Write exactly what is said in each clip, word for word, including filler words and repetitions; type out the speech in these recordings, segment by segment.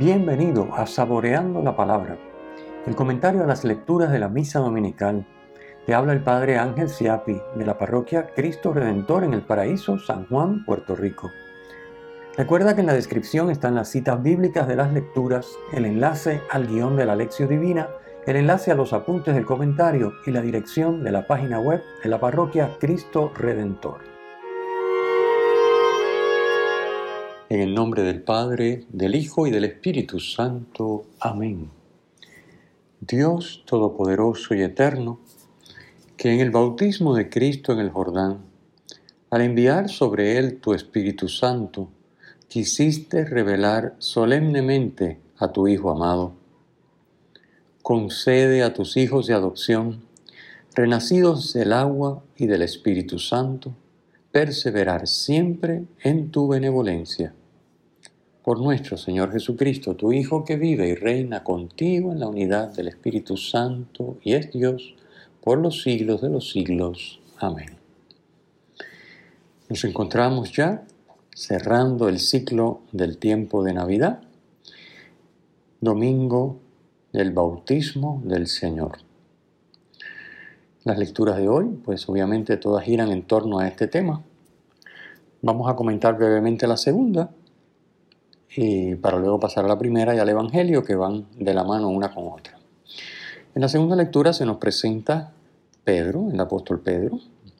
Bienvenido a Saboreando la Palabra, el comentario a las lecturas de la Misa Dominical. Te habla el Padre Ángel Siapi, de la Parroquia Cristo Redentor en el Paraíso, San Juan, Puerto Rico. Recuerda que en la descripción están las citas bíblicas de las lecturas, el enlace al guión de la Lección Divina, el enlace a los apuntes del comentario y la dirección de la página web de la Parroquia Cristo Redentor. En el nombre del Padre, del Hijo y del Espíritu Santo. Amén. Dios Todopoderoso y Eterno, que en el bautismo de Cristo en el Jordán, al enviar sobre él tu Espíritu Santo, quisiste revelar solemnemente a tu Hijo amado. Concede a tus hijos de adopción, renacidos del agua y del Espíritu Santo, perseverar siempre en tu benevolencia. Por nuestro Señor Jesucristo, tu Hijo, que vive y reina contigo en la unidad del Espíritu Santo y es Dios por los siglos de los siglos. Amén. Nos encontramos ya cerrando el ciclo del tiempo de Navidad, domingo del bautismo del Señor. Las lecturas de hoy, pues obviamente todas giran en torno a este tema. Vamos a comentar brevemente la segunda, y para luego pasar a la primera y al Evangelio, que van de la mano una con otra. En la segunda lectura se nos presenta Pedro, el apóstol Pedro,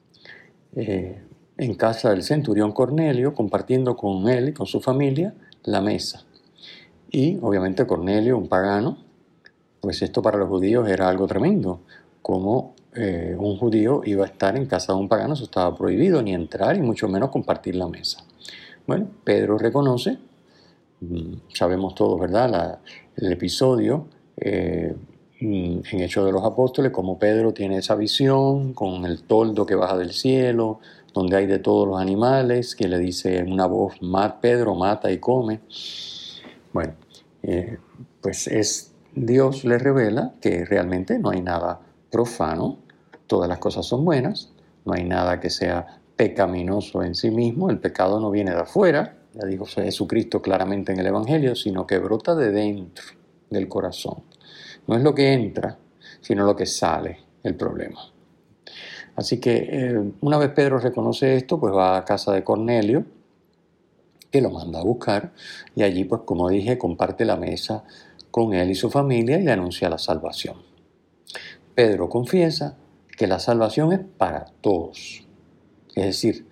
eh, en casa del centurión Cornelio, compartiendo con él y con su familia la mesa. Y obviamente Cornelio, un pagano, pues esto para los judíos era algo tremendo. Como eh, un judío iba a estar en casa de un pagano, eso estaba prohibido, ni entrar y mucho menos compartir la mesa. Bueno, Pedro reconoce, sabemos todos, ¿verdad?, La, el episodio eh, en Hechos de los Apóstoles, como Pedro tiene esa visión con el toldo que baja del cielo, donde hay de todos los animales, que le dice en una voz: "Mat, Pedro, mata y come". Bueno, eh, pues es Dios le revela que realmente no hay nada profano, todas las cosas son buenas, no hay nada que sea pecaminoso en sí mismo, el pecado no viene de afuera, ya dijo Jesucristo claramente en el Evangelio, sino que brota de dentro del corazón. No es lo que entra, sino lo que sale el problema. Así que eh, una vez Pedro reconoce esto, pues va a casa de Cornelio, que lo manda a buscar, y allí, pues como dije, comparte la mesa con él y su familia y le anuncia la salvación. Pedro confiesa que la salvación es para todos, es decir,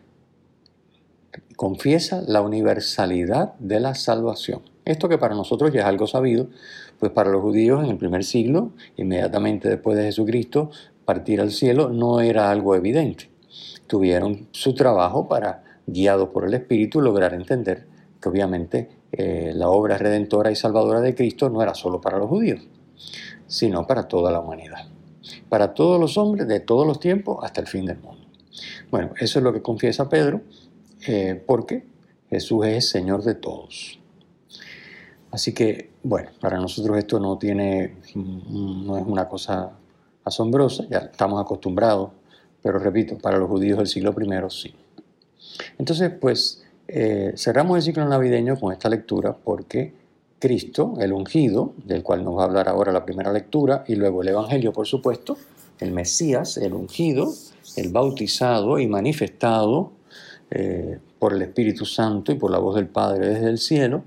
confiesa la universalidad de la salvación. Esto que para nosotros ya es algo sabido, pues para los judíos en el primer siglo, inmediatamente después de Jesucristo, partir al cielo no era algo evidente. Tuvieron su trabajo para, guiados por el Espíritu, lograr entender que obviamente eh, la obra redentora y salvadora de Cristo no era solo para los judíos, sino para toda la humanidad, para todos los hombres de todos los tiempos hasta el fin del mundo. Bueno, eso es lo que confiesa Pedro, eh, porque Jesús es Señor de todos. Así que, bueno, para nosotros esto no tiene, no es una cosa asombrosa, ya estamos acostumbrados, pero repito, para los judíos del siglo primero sí. Entonces, pues, eh, cerramos el ciclo navideño con esta lectura porque Cristo, el ungido, del cual nos va a hablar ahora la primera lectura, y luego el Evangelio, por supuesto, el Mesías, el ungido, el bautizado y manifestado eh, por el Espíritu Santo y por la voz del Padre desde el cielo,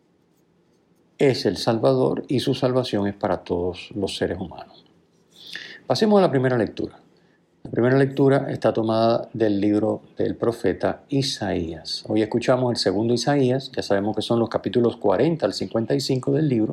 es el Salvador y su salvación es para todos los seres humanos. Pasemos a la primera lectura. La primera lectura está tomada del libro del profeta Isaías. Hoy escuchamos el segundo Isaías, ya sabemos que son los capítulos cuarenta al cincuenta y cinco del libro.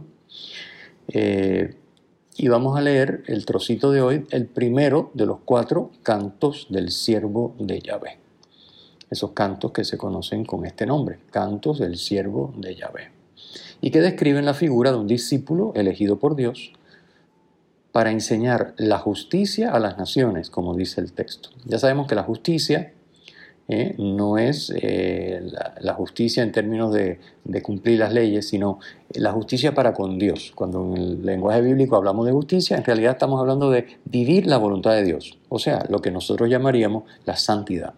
Eh, y vamos a leer el trocito de hoy, el primero de los cuatro cantos del siervo de Yahvé. Esos cantos que se conocen con este nombre, cantos del siervo de Yahvé, y que describen la figura de un discípulo elegido por Dios para enseñar la justicia a las naciones, como dice el texto. Ya sabemos que la justicia eh, no es eh, la, la justicia en términos de, de cumplir las leyes, sino la justicia para con Dios. Cuando en el lenguaje bíblico hablamos de justicia, en realidad estamos hablando de vivir la voluntad de Dios, o sea, lo que nosotros llamaríamos la santidad.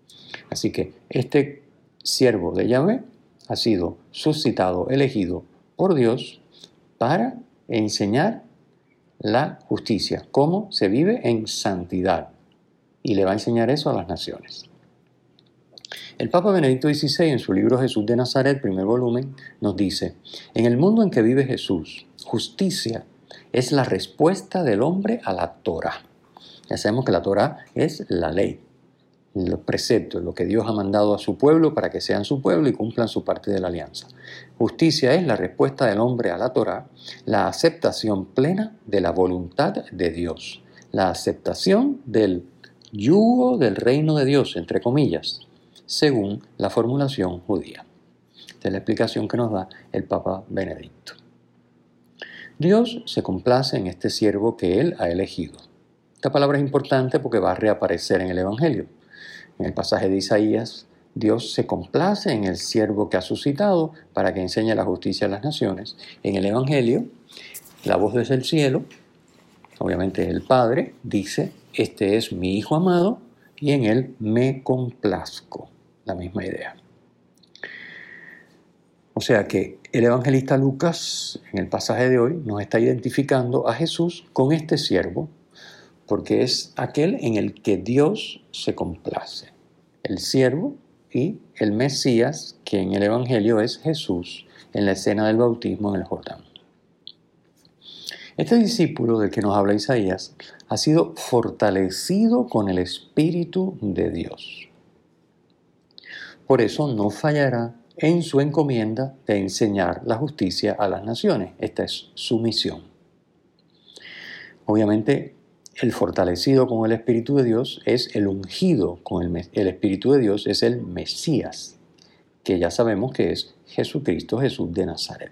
Así que este siervo de Yahvé ha sido suscitado, elegido por Dios para enseñar la justicia, cómo se vive en santidad. Y le va a enseñar eso a las naciones. El Papa Benedicto dieciséis, en su libro Jesús de Nazaret, primer volumen, nos dice: en el mundo en que vive Jesús, justicia es la respuesta del hombre a la Torá. Ya sabemos que la Torá es la ley, los preceptos, lo que Dios ha mandado a su pueblo para que sean su pueblo y cumplan su parte de la alianza. Justicia es la respuesta del hombre a la Torá, la aceptación plena de la voluntad de Dios, la aceptación del yugo del reino de Dios, entre comillas, según la formulación judía. Esta es la explicación que nos da el Papa Benedicto. Dios se complace en este siervo que Él ha elegido. Esta palabra es importante porque va a reaparecer en el Evangelio. En el pasaje de Isaías, Dios se complace en el siervo que ha suscitado para que enseñe la justicia a las naciones. En el Evangelio, la voz desde el cielo, obviamente el Padre, dice: este es mi Hijo amado y en Él me complazco. La misma idea. O sea que el evangelista Lucas, en el pasaje de hoy, nos está identificando a Jesús con este siervo, porque es aquel en el que Dios se complace. El siervo y el Mesías, que en el evangelio es Jesús, en la escena del bautismo en el Jordán. Este discípulo del que nos habla Isaías ha sido fortalecido con el Espíritu de Dios. Por eso no fallará en su encomienda de enseñar la justicia a las naciones. Esta es su misión. Obviamente, el fortalecido con el Espíritu de Dios es el ungido con el, el Espíritu de Dios, es el Mesías, que ya sabemos que es Jesucristo, Jesús de Nazaret.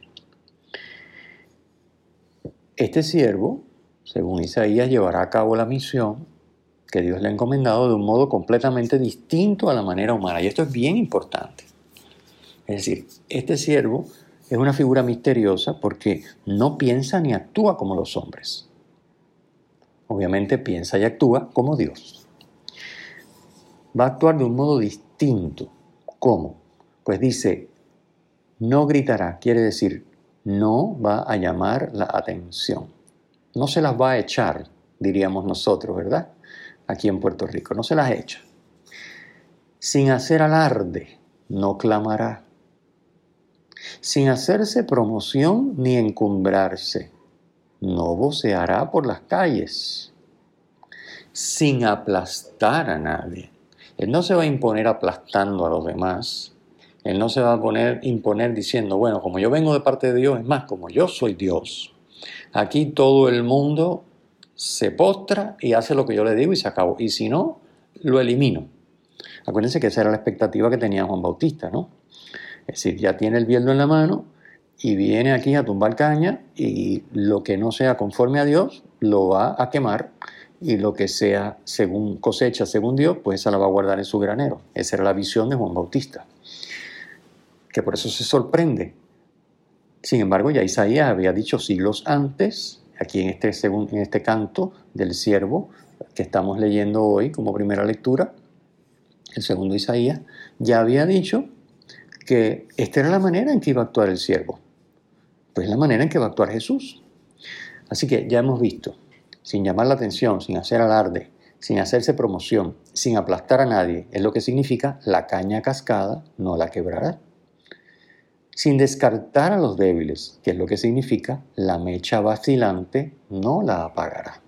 Este siervo, según Isaías, llevará a cabo la misión que Dios le ha encomendado de un modo completamente distinto a la manera humana. Y esto es bien importante. Es decir, este siervo es una figura misteriosa porque no piensa ni actúa como los hombres. Obviamente piensa y actúa como Dios. Va a actuar de un modo distinto. ¿Cómo? Pues dice, no gritará, quiere decir, no va a llamar la atención. No se las va a echar, diríamos nosotros, ¿verdad? Aquí en Puerto Rico, no se las echa. Sin hacer alarde, no clamará. Sin hacerse promoción ni encumbrarse, no voceará por las calles. Sin aplastar a nadie. Él no se va a imponer aplastando a los demás. Él no se va a poner, imponer diciendo, bueno, como yo vengo de parte de Dios, es más, como yo soy Dios, aquí todo el mundo se postra y hace lo que yo le digo y se acabó. Y si no, lo elimino. Acuérdense que esa era la expectativa que tenía Juan Bautista, ¿no? Es decir, ya tiene el bieldo en la mano y viene aquí a tumbar caña y lo que no sea conforme a Dios lo va a quemar y lo que sea según cosecha, según Dios, pues esa la va a guardar en su granero. Esa era la visión de Juan Bautista, que por eso se sorprende. Sin embargo, ya Isaías había dicho siglos antes, aquí en este, en este canto del siervo que estamos leyendo hoy como primera lectura, el segundo Isaías, ya había dicho que esta era la manera en que iba a actuar el siervo. Pues la manera en que va a actuar Jesús. Así que ya hemos visto, sin llamar la atención, sin hacer alarde, sin hacerse promoción, sin aplastar a nadie, es lo que significa la caña cascada no la quebrará. Sin descartar a los débiles, que es lo que significa la mecha vacilante no la apagará.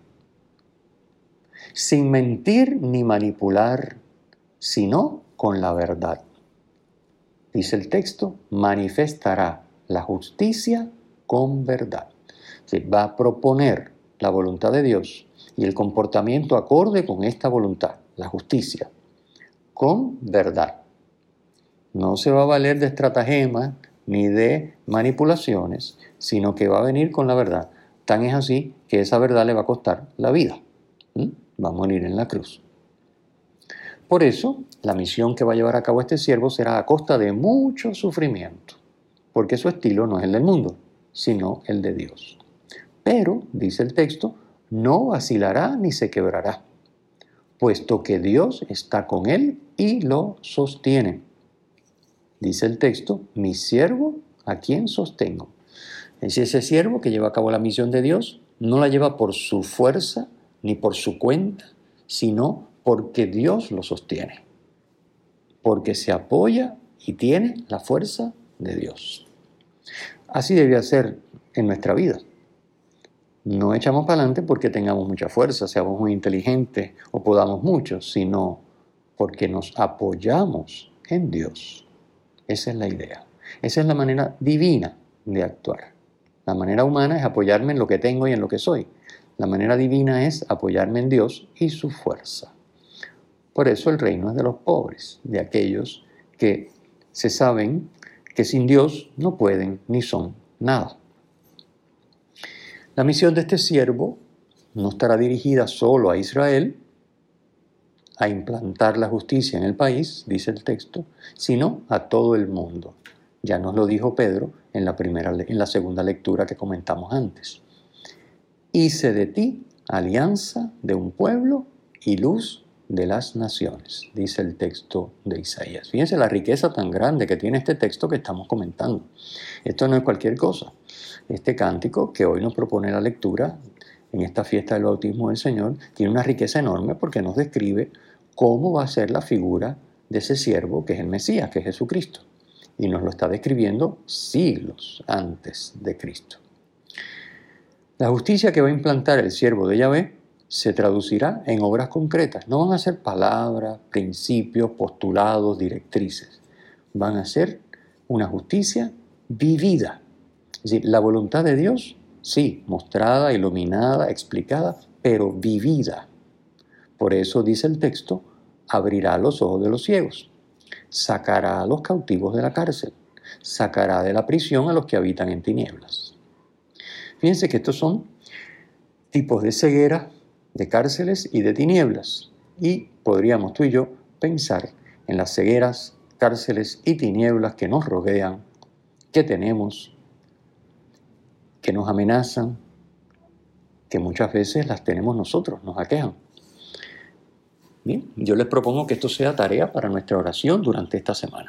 Sin mentir ni manipular, sino con la verdad. Dice el texto, manifestará la justicia con verdad. Es decir, va a proponer la voluntad de Dios y el comportamiento acorde con esta voluntad, la justicia, con verdad. No se va a valer de estratagemas ni de manipulaciones, sino que va a venir con la verdad. Tan es así que esa verdad le va a costar la vida. ¿Mm? Va a morir en la cruz. Por eso, la misión que va a llevar a cabo este siervo será a costa de mucho sufrimiento, porque su estilo no es el del mundo, sino el de Dios. Pero, dice el texto, no vacilará ni se quebrará, puesto que Dios está con él y lo sostiene. Dice el texto, mi siervo a quien sostengo. Es ese siervo que lleva a cabo la misión de Dios, no la lleva por su fuerza ni por su cuenta, sino porque Dios lo sostiene, porque se apoya y tiene la fuerza de Dios. Así debe ser en nuestra vida. No echamos para adelante porque tengamos mucha fuerza, seamos muy inteligentes o podamos mucho, sino porque nos apoyamos en Dios. Esa es la idea. Esa es la manera divina de actuar. La manera humana es apoyarme en lo que tengo y en lo que soy. La manera divina es apoyarme en Dios y su fuerza. Por eso el reino es de los pobres, de aquellos que se saben que sin Dios no pueden ni son nada. La misión de este siervo no estará dirigida solo a Israel, a implantar la justicia en el país, dice el texto, sino a todo el mundo. Ya nos lo dijo Pedro en la, primera, en la segunda lectura que comentamos antes. Hice de ti alianza de un pueblo y luz de las naciones, dice el texto de Isaías. Fíjense la riqueza tan grande que tiene este texto que estamos comentando. Esto no es cualquier cosa. Este cántico que hoy nos propone la lectura en esta fiesta del bautismo del Señor tiene una riqueza enorme porque nos describe cómo va a ser la figura de ese siervo que es el Mesías, que es Jesucristo. Y nos lo está describiendo siglos antes de Cristo. La justicia que va a implantar el siervo de Yahvé se traducirá en obras concretas. No van a ser palabras, principios, postulados, directrices. Van a ser una justicia vivida. Es decir, la voluntad de Dios, sí, mostrada, iluminada, explicada, pero vivida. Por eso dice el texto, abrirá los ojos de los ciegos, sacará a los cautivos de la cárcel, sacará de la prisión a los que habitan en tinieblas. Fíjense que estos son tipos de ceguera, de cárceles y de tinieblas. Y podríamos tú y yo pensar en las cegueras, cárceles y tinieblas que nos rodean, que tenemos, que nos amenazan, que muchas veces las tenemos nosotros, nos aquejan. Bien, yo les propongo que esto sea tarea para nuestra oración durante esta semana.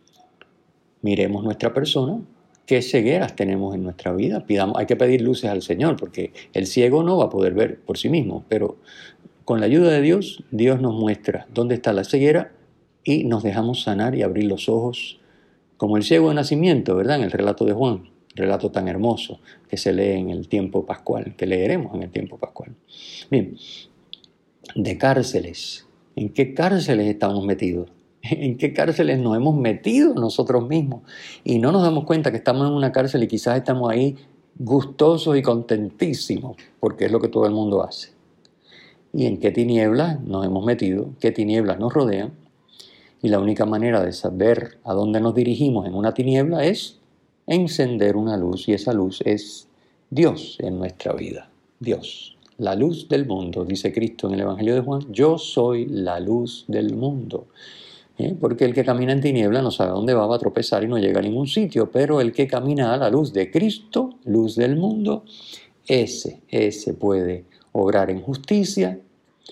Miremos nuestra persona, qué cegueras tenemos en nuestra vida. Pidamos, hay que pedir luces al Señor, porque el ciego no va a poder ver por sí mismo, pero con la ayuda de Dios, Dios nos muestra dónde está la ceguera y nos dejamos sanar y abrir los ojos, como el ciego de nacimiento, ¿verdad? En el relato de Juan, relato tan hermoso que se lee en el tiempo pascual, que leeremos en el tiempo pascual. Bien, de cárceles. ¿En qué cárceles estamos metidos? ¿En qué cárceles nos hemos metido nosotros mismos? Y no nos damos cuenta que estamos en una cárcel y quizás estamos ahí gustosos y contentísimos, porque es lo que todo el mundo hace. ¿Y en qué tinieblas nos hemos metido? ¿Qué tinieblas nos rodean? Y la única manera de saber a dónde nos dirigimos en una tiniebla es encender una luz, y esa luz es Dios en nuestra vida. Dios, la luz del mundo, dice Cristo en el Evangelio de Juan, yo soy la luz del mundo. ¿Eh? Porque el que camina en tiniebla no sabe a dónde va, va a tropezar y no llega a ningún sitio, pero el que camina a la luz de Cristo, luz del mundo, ese, ese puede obrar en justicia,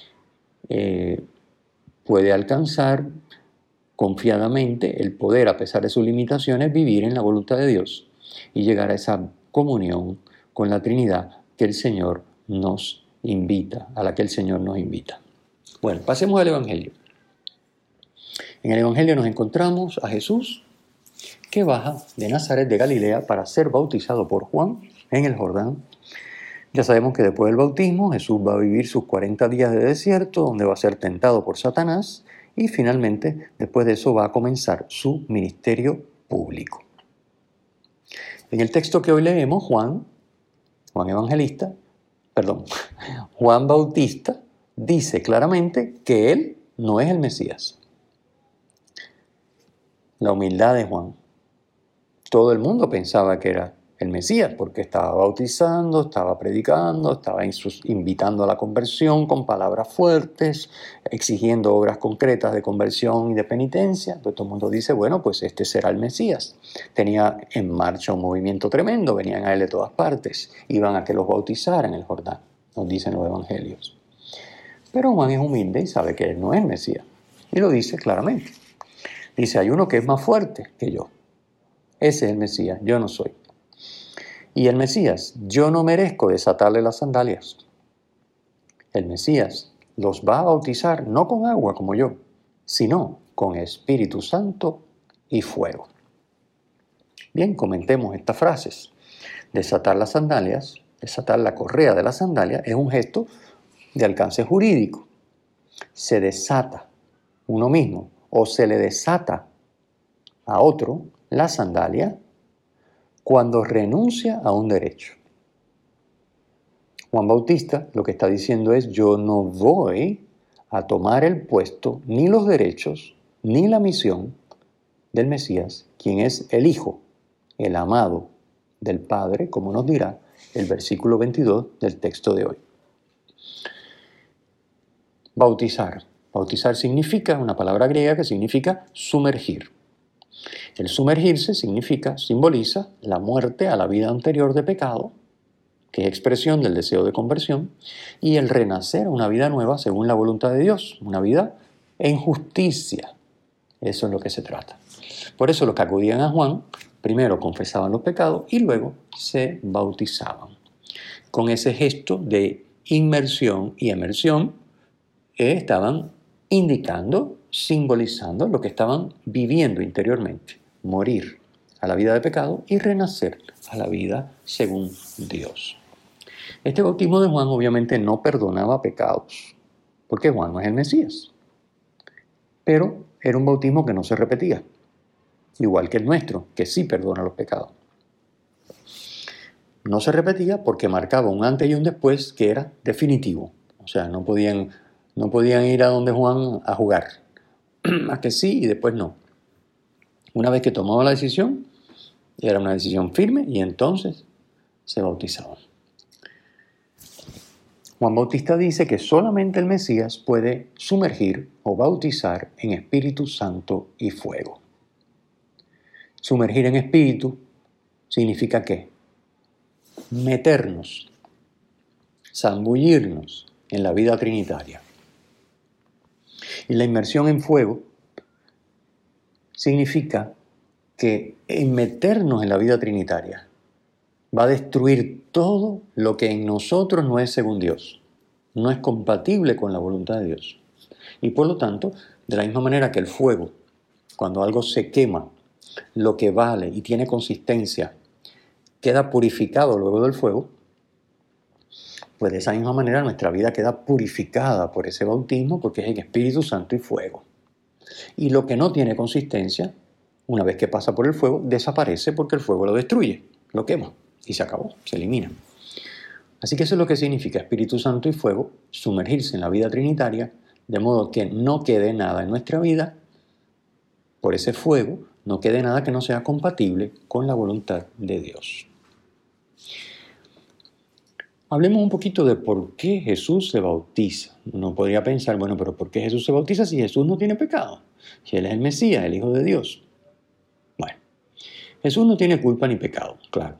eh, puede alcanzar confiadamente el poder, a pesar de sus limitaciones, vivir en la voluntad de Dios y llegar a esa comunión con la Trinidad que el Señor nos invita, a la que el Señor nos invita. Bueno, pasemos al Evangelio. En el Evangelio nos encontramos a Jesús que baja de Nazaret de Galilea para ser bautizado por Juan en el Jordán. Ya sabemos que después del bautismo Jesús va a vivir sus cuarenta días de desierto, donde va a ser tentado por Satanás, y finalmente, después de eso, va a comenzar su ministerio público. En el texto que hoy leemos, Juan, Juan Evangelista, perdón, Juan Bautista, dice claramente que él no es el Mesías. La humildad de Juan. Todo el mundo pensaba que era el Mesías, porque estaba bautizando, estaba predicando, estaba invitando a la conversión con palabras fuertes, exigiendo obras concretas de conversión y de penitencia. Entonces todo el mundo dice, bueno, pues este será el Mesías. Tenía en marcha un movimiento tremendo, venían a él de todas partes, iban a que los bautizara en el Jordán, nos dicen los evangelios. Pero Juan es humilde y sabe que él no es el Mesías, y lo dice claramente. Dice, hay uno que es más fuerte que yo. Ese es el Mesías, yo no soy. Y el Mesías, yo no merezco desatarle las sandalias. El Mesías los va a bautizar no con agua como yo, sino con Espíritu Santo y fuego. Bien, comentemos estas frases. Desatar las sandalias, desatar la correa de las sandalias es un gesto de alcance jurídico. Se desata uno mismo o se le desata a otro la sandalia cuando renuncia a un derecho. Juan Bautista lo que está diciendo es: yo no voy a tomar el puesto, ni los derechos, ni la misión del Mesías, quien es el Hijo, el amado del Padre, como nos dirá el versículo veintidós del texto de hoy. Bautizar. Bautizar significa, una palabra griega que significa sumergir. El sumergirse significa, simboliza la muerte a la vida anterior de pecado, que es expresión del deseo de conversión, y el renacer a una vida nueva según la voluntad de Dios, una vida en justicia. Eso es lo que se trata. Por eso los que acudían a Juan, primero confesaban los pecados y luego se bautizaban. Con ese gesto de inmersión y emersión, eh, estaban indicando, simbolizando lo que estaban viviendo interiormente: morir a la vida de pecado y renacer a la vida según Dios. Este bautismo de Juan obviamente no perdonaba pecados, porque Juan no es el Mesías, pero era un bautismo que no se repetía, igual que el nuestro, que sí perdona los pecados. No se repetía porque marcaba un antes y un después que era definitivo. O sea, no podían, no podían ir a donde Juan a jugar. A que sí y después no. Una vez que tomaba la decisión, era una decisión firme y entonces se bautizaban. Juan Bautista dice que solamente el Mesías puede sumergir o bautizar en Espíritu Santo y fuego. Sumergir en espíritu significa ¿qué? Meternos, zambullirnos en la vida trinitaria. Y la inmersión en fuego significa que en meternos en la vida trinitaria va a destruir todo lo que en nosotros no es según Dios, no es compatible con la voluntad de Dios. Y por lo tanto, de la misma manera que el fuego, cuando algo se quema, lo que vale y tiene consistencia, queda purificado luego del fuego, pues de esa misma manera nuestra vida queda purificada por ese bautismo, porque es en Espíritu Santo y fuego. Y lo que no tiene consistencia, una vez que pasa por el fuego, desaparece porque el fuego lo destruye, lo quema y se acabó, se elimina. Así que eso es lo que significa Espíritu Santo y fuego, sumergirse en la vida trinitaria, de modo que no quede nada en nuestra vida, por ese fuego, no quede nada que no sea compatible con la voluntad de Dios. Hablemos un poquito de por qué Jesús se bautiza. Uno podría pensar, bueno, pero ¿por qué Jesús se bautiza si Jesús no tiene pecado? Si Él es el Mesías, el Hijo de Dios. Bueno, Jesús no tiene culpa ni pecado, claro.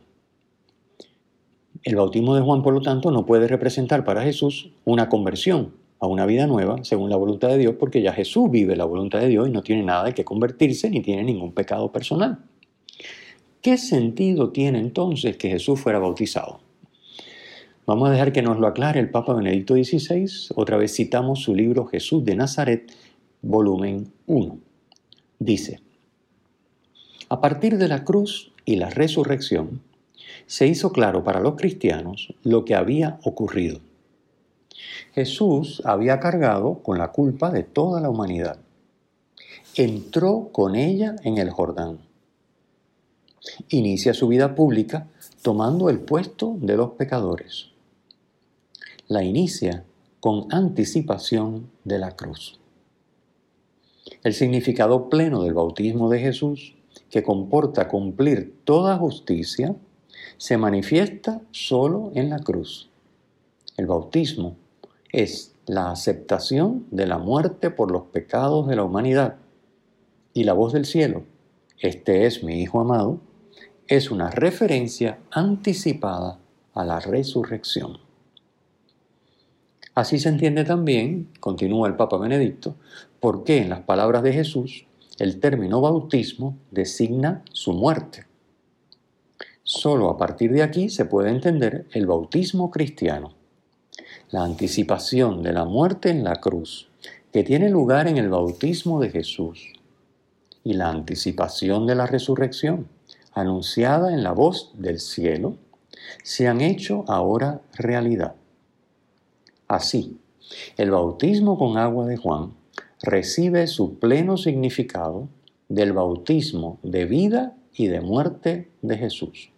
El bautismo de Juan, por lo tanto, no puede representar para Jesús una conversión a una vida nueva según la voluntad de Dios, porque ya Jesús vive la voluntad de Dios y no tiene nada de qué convertirse ni tiene ningún pecado personal. ¿Qué sentido tiene entonces que Jesús fuera bautizado? Vamos a dejar que nos lo aclare el Papa Benedicto dieciséis. Otra vez citamos su libro Jesús de Nazaret, volumen uno. Dice: a partir de la cruz y la resurrección, se hizo claro para los cristianos lo que había ocurrido. Jesús había cargado con la culpa de toda la humanidad. Entró con ella en el Jordán. Inicia su vida pública tomando el puesto de los pecadores. La inicia con anticipación de la cruz. El significado pleno del bautismo de Jesús, que comporta cumplir toda justicia, se manifiesta solo en la cruz. El bautismo es la aceptación de la muerte por los pecados de la humanidad. Y la voz del cielo, este es mi Hijo amado, es una referencia anticipada a la resurrección. Así se entiende también, continúa el Papa Benedicto, por qué en las palabras de Jesús el término bautismo designa su muerte. Solo a partir de aquí se puede entender el bautismo cristiano, la anticipación de la muerte en la cruz, que tiene lugar en el bautismo de Jesús, y la anticipación de la resurrección, anunciada en la voz del cielo, se han hecho ahora realidad. Así, el bautismo con agua de Juan recibe su pleno significado del bautismo de vida y de muerte de Jesús.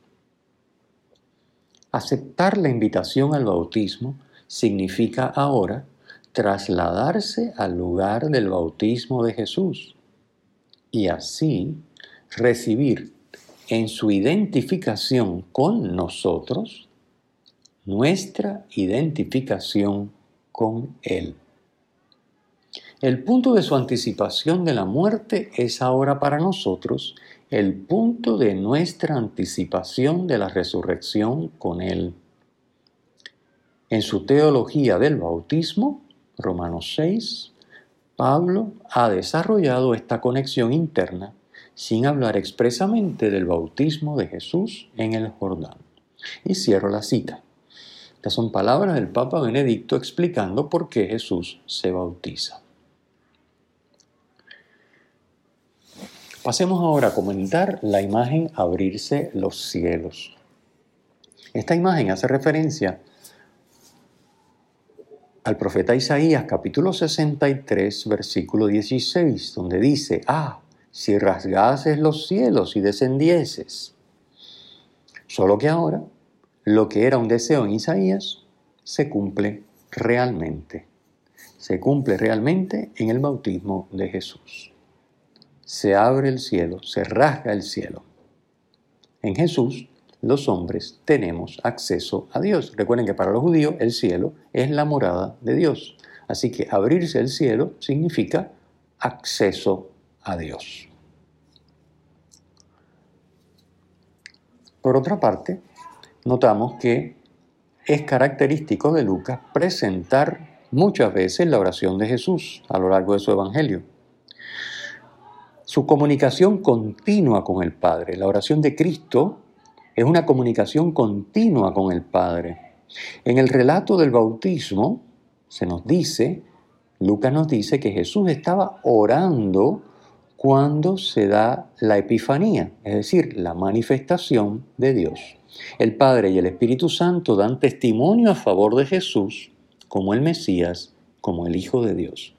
Aceptar la invitación al bautismo significa ahora trasladarse al lugar del bautismo de Jesús y así recibir en su identificación con nosotros nuestra identificación con Él. El punto de su anticipación de la muerte es ahora para nosotros el punto de nuestra anticipación de la resurrección con Él. En su teología del bautismo, Romanos seis, Pablo ha desarrollado esta conexión interna sin hablar expresamente del bautismo de Jesús en el Jordán. Y cierro la cita. Estas son palabras del Papa Benedicto explicando por qué Jesús se bautiza. Pasemos ahora a comentar la imagen abrirse los cielos. Esta imagen hace referencia al profeta Isaías, capítulo sesenta y tres, versículo dieciséis, donde dice: «Ah, si rasgases los cielos y descendieses». Solo que ahora, lo que era un deseo en Isaías, se cumple realmente. Se cumple realmente en el bautismo de Jesús. Se abre el cielo, se rasga el cielo. En Jesús, los hombres tenemos acceso a Dios. Recuerden que para los judíos el cielo es la morada de Dios. Así que abrirse el cielo significa acceso a Dios. Por otra parte, notamos que es característico de Lucas presentar muchas veces la oración de Jesús a lo largo de su evangelio. Su comunicación continua con el Padre. La oración de Cristo es una comunicación continua con el Padre. En el relato del bautismo se nos dice, Lucas nos dice que Jesús estaba orando cuando se da la epifanía, es decir, la manifestación de Dios. El Padre y el Espíritu Santo dan testimonio a favor de Jesús como el Mesías, como el Hijo de Dios.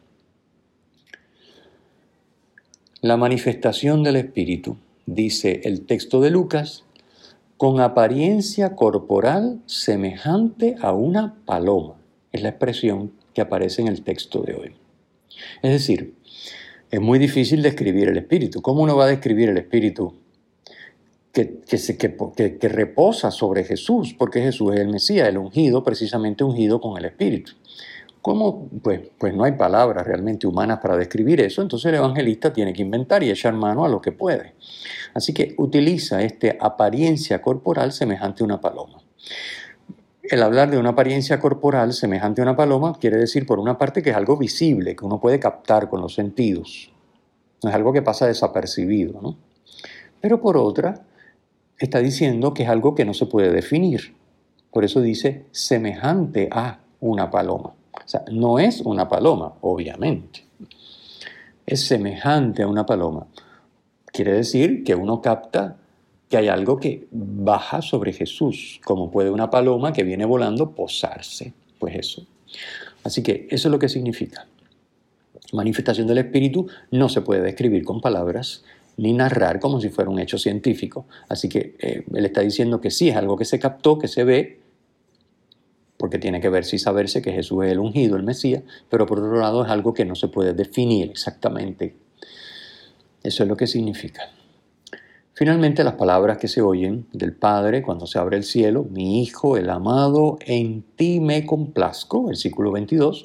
La manifestación del Espíritu, dice el texto de Lucas, con apariencia corporal semejante a una paloma. Es la expresión que aparece en el texto de hoy. Es decir, es muy difícil describir el Espíritu. ¿Cómo uno va a describir el Espíritu que, que, se, que, que, que reposa sobre Jesús? Porque Jesús es el Mesías, el ungido, precisamente ungido con el Espíritu. ¿Cómo? Pues, pues no hay palabras realmente humanas para describir eso, entonces el evangelista tiene que inventar y echar mano a lo que puede. Así que utiliza esta apariencia corporal semejante a una paloma. El hablar de una apariencia corporal semejante a una paloma quiere decir, por una parte, que es algo visible, que uno puede captar con los sentidos. No es algo que pasa desapercibido, ¿no? Pero por otra, está diciendo que es algo que no se puede definir. Por eso dice semejante a una paloma. O sea, no es una paloma, obviamente. Es semejante a una paloma. Quiere decir que uno capta que hay algo que baja sobre Jesús, como puede una paloma que viene volando posarse. Pues eso. Así que eso es lo que significa. Manifestación del Espíritu no se puede describir con palabras ni narrar como si fuera un hecho científico. Así que eh, él está diciendo que sí, es algo que se captó, que se ve, porque tiene que verse y saberse que Jesús es el ungido, el Mesías, pero por otro lado es algo que no se puede definir exactamente. Eso es lo que significa. Finalmente, las palabras que se oyen del Padre cuando se abre el cielo: mi Hijo, el amado, en ti me complazco, versículo veintidós,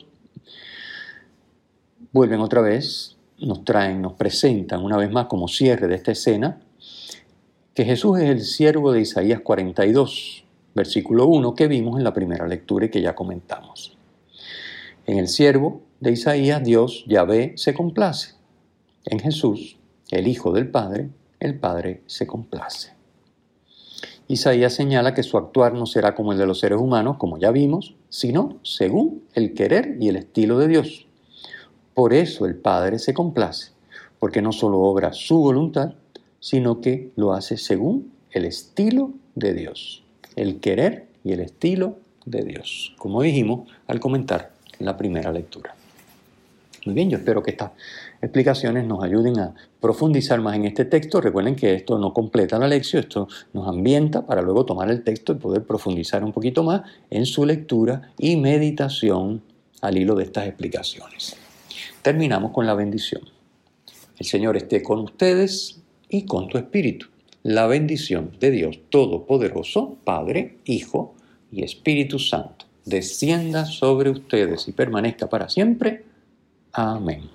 vuelven otra vez, nos traen, nos presentan una vez más como cierre de esta escena, que Jesús es el siervo de Isaías cuarenta y dos, versículo uno, que vimos en la primera lectura y que ya comentamos. En el siervo de Isaías, Dios, Yahvé, se complace. En Jesús, el Hijo del Padre, el Padre se complace. Isaías señala que su actuar no será como el de los seres humanos, como ya vimos, sino según el querer y el estilo de Dios. Por eso el Padre se complace, porque no solo obra su voluntad, sino que lo hace según el estilo de Dios. El querer y el estilo de Dios, como dijimos al comentar la primera lectura. Muy bien, yo espero que estas explicaciones nos ayuden a profundizar más en este texto. Recuerden que esto no completa la lección, esto nos ambienta para luego tomar el texto y poder profundizar un poquito más en su lectura y meditación al hilo de estas explicaciones. Terminamos con la bendición. El Señor esté con ustedes y con tu espíritu. La bendición de Dios Todopoderoso, Padre, Hijo y Espíritu Santo, descienda sobre ustedes y permanezca para siempre. Amén.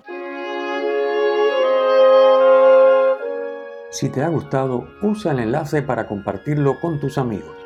Si te ha gustado, usa el enlace para compartirlo con tus amigos.